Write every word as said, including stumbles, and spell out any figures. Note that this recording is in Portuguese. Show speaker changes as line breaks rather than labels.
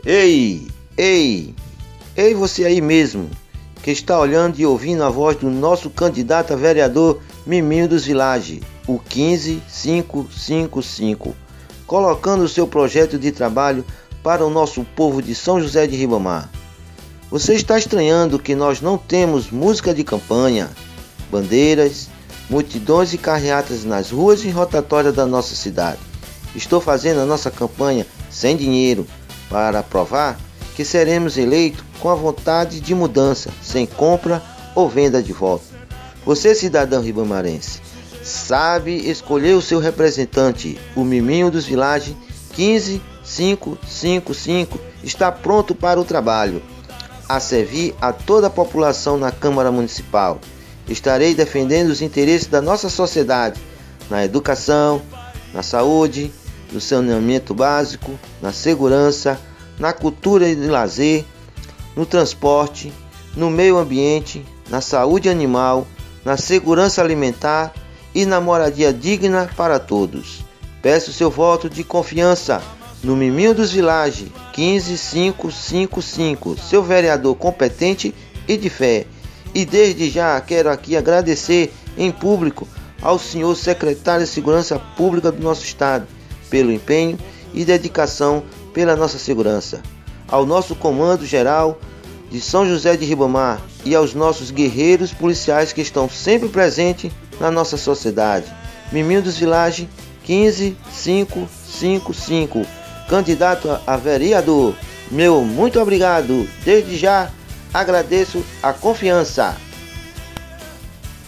Ei, ei, ei você aí mesmo, que está olhando e ouvindo a voz do nosso candidato a vereador Miminho dos Villages, o quinze mil quinhentos e cinquenta e cinco, colocando o seu projeto de trabalho para o nosso povo de São José de Ribamar. Você está estranhando que nós não temos música de campanha, bandeiras, multidões e carreatas nas ruas e rotatórias da nossa cidade. Estou fazendo a nossa campanha sem dinheiro, para provar que seremos eleitos com a vontade de mudança, sem compra ou venda de voto. Você, cidadão ribamarense, sabe escolher o seu representante. O Miminho dos Villages quinze mil quinhentos e cinquenta e cinco está pronto para o trabalho, a servir a toda a população na Câmara Municipal. Estarei defendendo os interesses da nossa sociedade, na educação, na saúde, no saneamento básico, na segurança, na cultura e lazer, no transporte, no meio ambiente, na saúde animal, na segurança alimentar e na moradia digna para todos. Peço seu voto de confiança no Miminho dos Villages quinze mil quinhentos e cinquenta e cinco, seu vereador competente e de fé. E desde já quero aqui agradecer em público ao senhor secretário de Segurança Pública do nosso estado pelo empenho e dedicação pela nossa segurança, ao nosso comando geral de São José de Ribamar e aos nossos guerreiros policiais que estão sempre presentes na nossa sociedade. Miminho dos Villages quinze mil quinhentos e cinquenta e cinco, candidato a vereador. Meu muito obrigado, desde já agradeço a confiança.